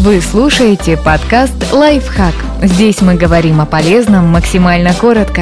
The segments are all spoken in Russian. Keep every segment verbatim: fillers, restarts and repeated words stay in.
Вы слушаете подкаст «Лайфхак». Здесь мы говорим о полезном максимально коротко.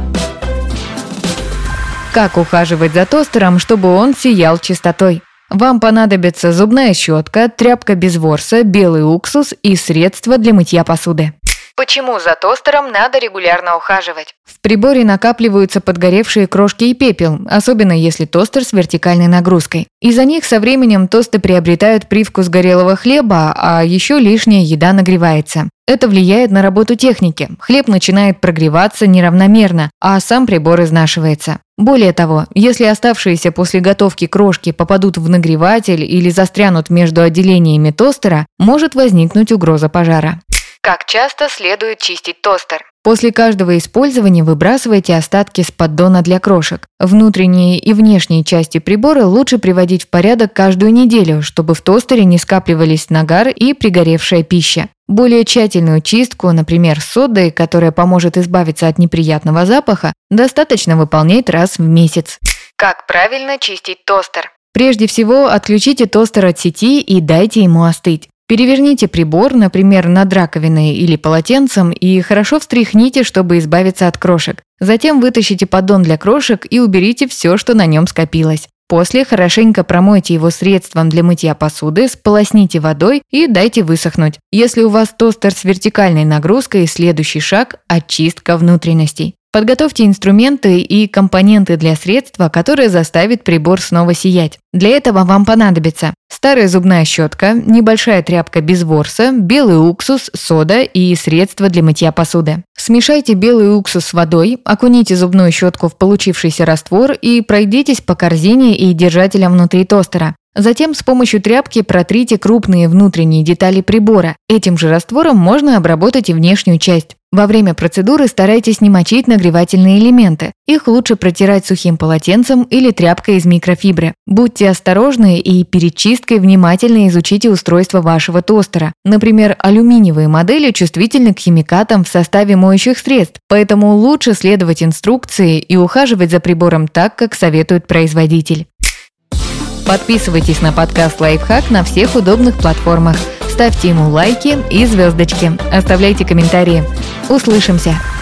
Как ухаживать за тостером, чтобы он сиял чистотой? Вам понадобится зубная щетка, тряпка без ворса, белый уксус и средства для мытья посуды. Почему за тостером надо регулярно ухаживать? В приборе накапливаются подгоревшие крошки и пепел, особенно если тостер с вертикальной нагрузкой. Из-за них со временем тосты приобретают привкус горелого хлеба, а еще лишняя еда нагревается. Это влияет на работу техники. Хлеб начинает прогреваться неравномерно, а сам прибор изнашивается. Более того, если оставшиеся после готовки крошки попадут в нагреватель или застрянут между отделениями тостера, может возникнуть угроза пожара. Как часто следует чистить тостер? После каждого использования выбрасывайте остатки с поддона для крошек. Внутренние и внешние части прибора лучше приводить в порядок каждую неделю, чтобы в тостере не скапливались нагар и пригоревшая пища. Более тщательную чистку, например, с содой, которая поможет избавиться от неприятного запаха, достаточно выполнять раз в месяц. Как правильно чистить тостер? Прежде всего, отключите тостер от сети и дайте ему остыть. Переверните прибор, например, над раковиной или полотенцем, и хорошо встряхните, чтобы избавиться от крошек. Затем вытащите поддон для крошек и уберите все, что на нем скопилось. После хорошенько промойте его средством для мытья посуды, сполосните водой и дайте высохнуть. Если у вас тостер с вертикальной нагрузкой, следующий шаг – очистка внутренностей. Подготовьте инструменты и компоненты для средства, которое заставит прибор снова сиять. Для этого вам понадобится старая зубная щетка, небольшая тряпка без ворса, белый уксус, сода и средства для мытья посуды. Смешайте белый уксус с водой, окуните зубную щетку в получившийся раствор и пройдитесь по корзине и держателям внутри тостера. Затем с помощью тряпки протрите крупные внутренние детали прибора. Этим же раствором можно обработать и внешнюю часть. Во время процедуры старайтесь не мочить нагревательные элементы. Их лучше протирать сухим полотенцем или тряпкой из микрофибры. Будьте осторожны и перед чисткой внимательно изучите устройство вашего тостера. Например, алюминиевые модели чувствительны к химикатам в составе моющих средств, поэтому лучше следовать инструкции и ухаживать за прибором так, как советует производитель. Подписывайтесь на подкаст «Лайфхак» на всех удобных платформах. Ставьте ему лайки и звездочки. Оставляйте комментарии. Услышимся!